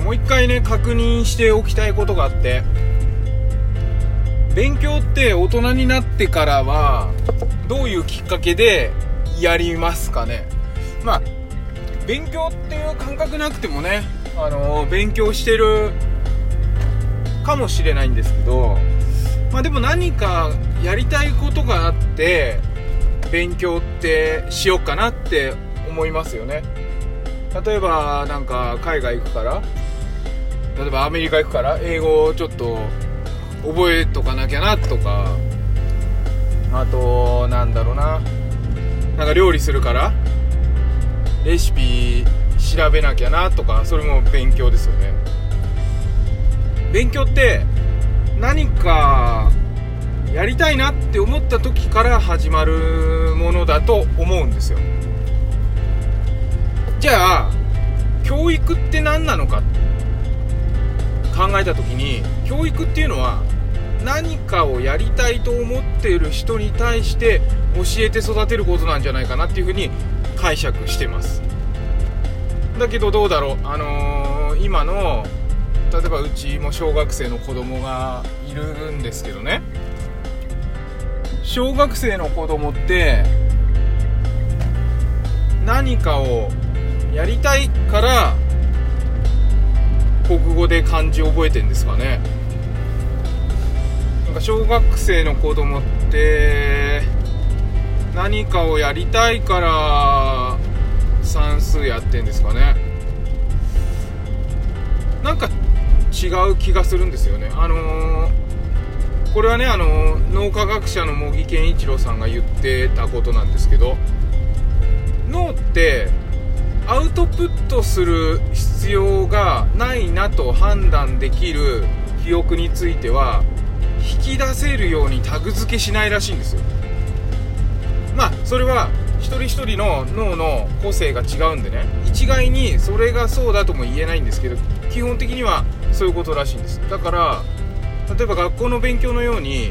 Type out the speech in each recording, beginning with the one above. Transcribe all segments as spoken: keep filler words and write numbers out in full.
もう一回ね確認しておきたいことがあって、勉強って大人になってからはどういうきっかけでやりますかね。まあ勉強っていう感覚なくてもね、あのー、勉強してるかもしれないんですけど、まあでも何かやりたいことがあって勉強ってしようかなって思いますよね。例えばなんか海外行くから、例えばアメリカ行くから英語をちょっと覚えとかなきゃなとか、あとなんだろうな、なんか料理するからレシピ調べなきゃなとか、それも勉強ですよね。勉強って何かやりたいなって思った時から始まるものだと思うんですよ。じゃあ教育って何なのか考えた時に、教育っていうのは何かをやりたいと思っている人に対して教えて育てることなんじゃないかなっていうふうに解釈してます。だけどどうだろう、あのー、今の例えばうちも小学生の子供がいるんですけどね、小学生の子供って何かをやりたいから国語で漢字を覚えてるんですかね。なんか小学生の子供って何かをやりたいから算数やってんですかね。なんか違う気がするんですよね。あのー、これはね、あのー、脳科学者の茂木健一郎さんが言ってたことなんですけど、脳ってアウトプットする必要がないなと判断できる記憶については引き出せるようにタグ付けしないらしいんですよ。まあそれは一人一人の脳の個性が違うんでね、一概にそれがそうだとも言えないんですけど、基本的にはそういうことらしいんです。だから例えば学校の勉強のように、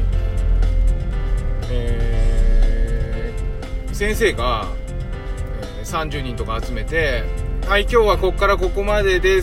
えー、先生が、えー、さんじゅうにんとか集めて、はい今日はここからここまでです、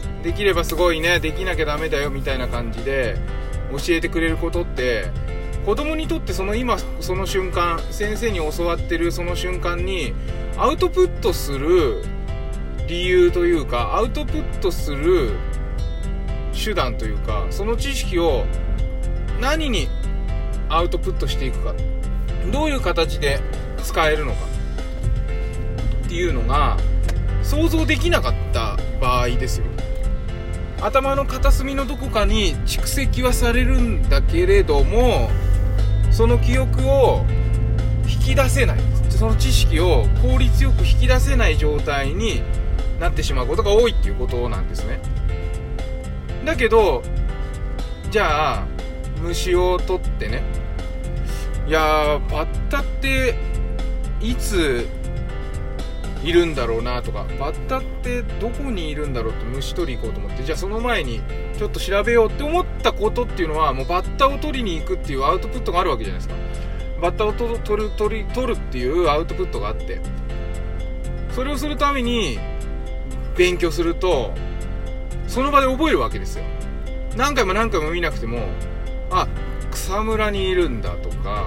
できればすごいね、できなきゃダメだよみたいな感じで教えてくれることって、子供にとってその今その瞬間、先生に教わってるその瞬間にアウトプットする理由というか、アウトプットする手段というか、その知識を何にアウトプットしていくか、どういう形で使えるのかっていうのが想像できなかった場合ですよ。頭の片隅のどこかに蓄積はされるんだけれども、その記憶を引き出せない、その知識を効率よく引き出せない状態になってしまうことが多いっていうことなんですね。だけどじゃあ虫を取ってね、いやーバッタっていついるんだろうなとか、バッタってどこにいるんだろうって虫取り行こうと思って、じゃあその前にちょっと調べようって思ったことっていうのは、もうバッタを取りに行くっていうアウトプットがあるわけじゃないですか。バッタを取る取る取る取るっていうアウトプットがあって、それをするために勉強するとその場で覚えるわけですよ。何回も何回も見なくても、あ、草むらにいるんだとか、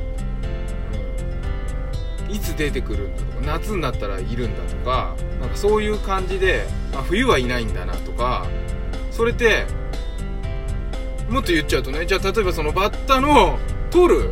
うん、いつ出てくるんだとか、夏になったらいるんだとか、なんかそういう感じで、あ、冬はいないんだなとか、それってもっと言っちゃうとね、じゃあ例えばそのバッタの取る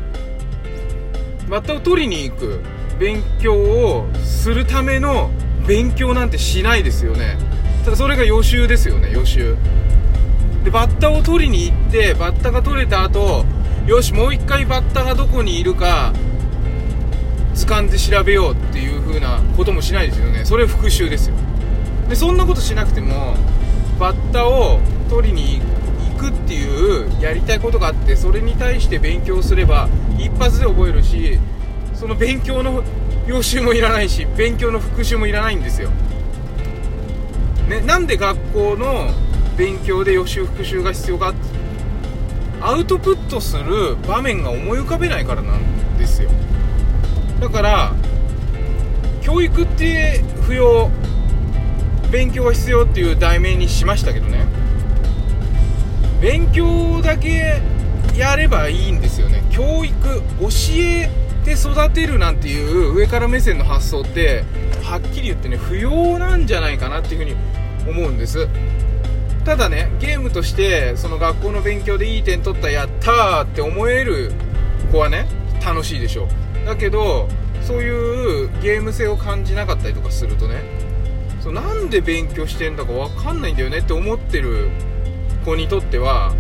バッタを取りに行く勉強をするための勉強なんてしないですよね。ただそれが予習ですよね、予習で。バッタを取りに行って、バッタが取れた後、よしもう一回バッタがどこにいるか掴んで調べようっていう風なこともしないですよね。それ復習ですよ。でそんなことしなくてもバッタを取りに行くっていうやりたいことがあって、それに対して勉強すれば一発で覚えるし、その勉強の予習もいらないし、勉強の復習もいらないんですよ、ね、なんで学校の勉強で予習復習が必要かって、アウトプットする場面が思い浮かべないからなんですよ。だから教育って不要勉強が必要っていう題名にしましたけどね、勉強だけやればいいんですよね。教育、教えて育てるなんていう上から目線の発想ってはっきり言ってね、不要なんじゃないかなっていうふうに思うんです。ただね、ゲームとしてその学校の勉強でいい点取った、やったーって思える子はね楽しいでしょう。だけどそういうゲーム性を感じなかったりとかするとね、そうなんで勉強してんだか分かんないんだよねって思ってる子にとっては、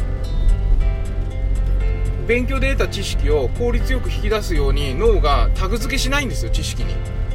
勉強で得た知識を効率よく引き出すように脳がタグ付けしないんですよ、知識に。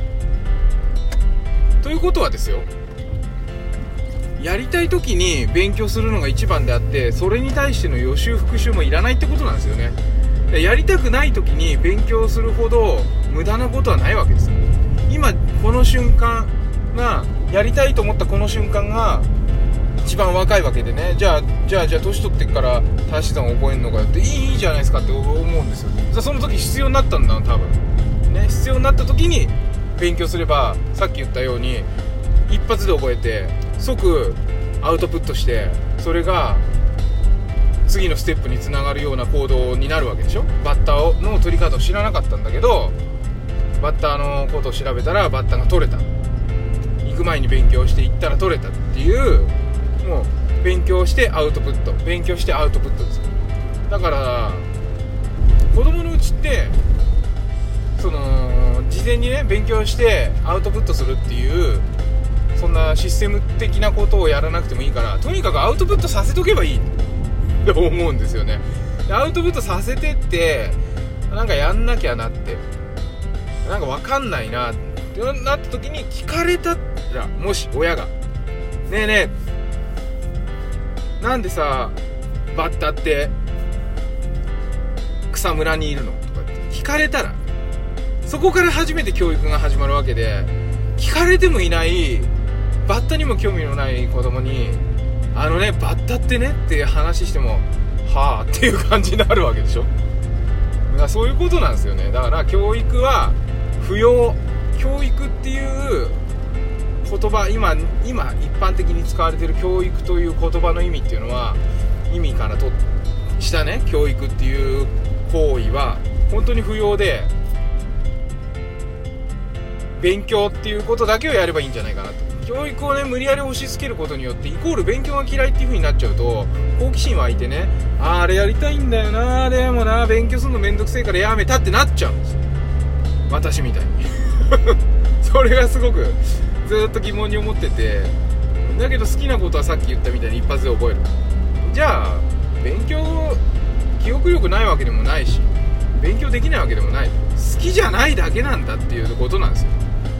ということはですよ、やりたい時に勉強するのが一番であって、それに対しての予習復習もいらないってことなんですよね。やりたくない時に勉強するほど無駄なことはないわけです。今この瞬間が、やりたいと思ったこの瞬間が一番若いわけでね、じゃあじゃあじゃあ年取ってから足し算を覚えるのかよっていい、いいじゃないですかって思うんですよ。じゃあその時必要になったんだ多分ね、必要になった時に勉強すれば、さっき言ったように一発で覚えて即アウトプットして、それが次のステップにつながるような行動になるわけでしょ。バッターの取り方を知らなかったんだけど、バッターのことを調べたらバッターが取れた、行く前に勉強していったら取れたっていう、もう勉強してアウトプット、勉強してアウトプットです。だから子供のうちってその事前にね勉強してアウトプットするっていうそんなシステム的なことをやらなくてもいいから、とにかくアウトプットさせとけばいいって思うんですよね。アウトプットさせてって、なんかやんなきゃなって、なんかわかんないなってなった時に聞かれたら、もし親がねえねえなんでさバッタって草むらにいるのとかって聞かれたら、そこから初めて教育が始まるわけで、聞かれてもいないバッタにも興味のない子供に、あのねバッタってねって話してもはあっていう感じになるわけでしょ。だからそういうことなんですよね。だから教育は不要、教育っていう言葉、今今一般的に使われている教育という言葉の意味っていうのは、意味からとしたね教育っていう行為は本当に不要で、勉強っていうことだけをやればいいんじゃないかなと。教育をね無理やり押し付けることによってイコール勉強が嫌いっていう風になっちゃうと、好奇心湧いてね、あ, あれやりたいんだよな、でもな勉強するのめんどくせえからやめたってなっちゃうんですよ、私みたいにそれがすごくずっと疑問に思ってて、だけど好きなことはさっき言ったみたいに一発で覚える。じゃあ勉強記憶力ないわけでもないし、勉強できないわけでもない、好きじゃないだけなんだっていうことなんですよ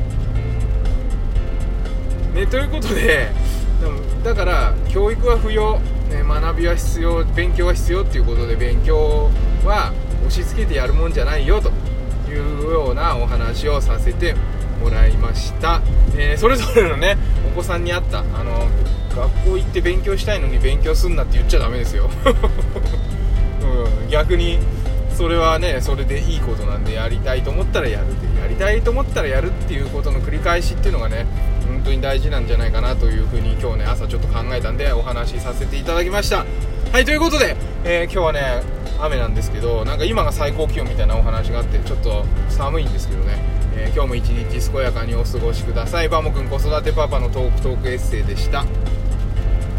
ね。ということで、だから教育は不要、ね、学びは必要、勉強は必要っていうことで、勉強は押し付けてやるもんじゃないよというようなお話をさせてもらいました。えー、それぞれのねお子さんに合った、あの学校行って勉強したいのに勉強すんなって言っちゃダメですよ、うん、逆にそれはねそれでいいことなんで、やりたいと思ったらやるで、やりたいと思ったらやるっていうことの繰り返しっていうのがね本当に大事なんじゃないかなというふうに今日ね朝ちょっと考えたんでお話しさせていただきました。はい、ということで、えー、今日はね雨なんですけど、なんか今が最高気温みたいなお話があってちょっと寒いんですけどね、えー、今日も一日健やかにお過ごしください。バモくん子育てパパのトークトークエッセイでした。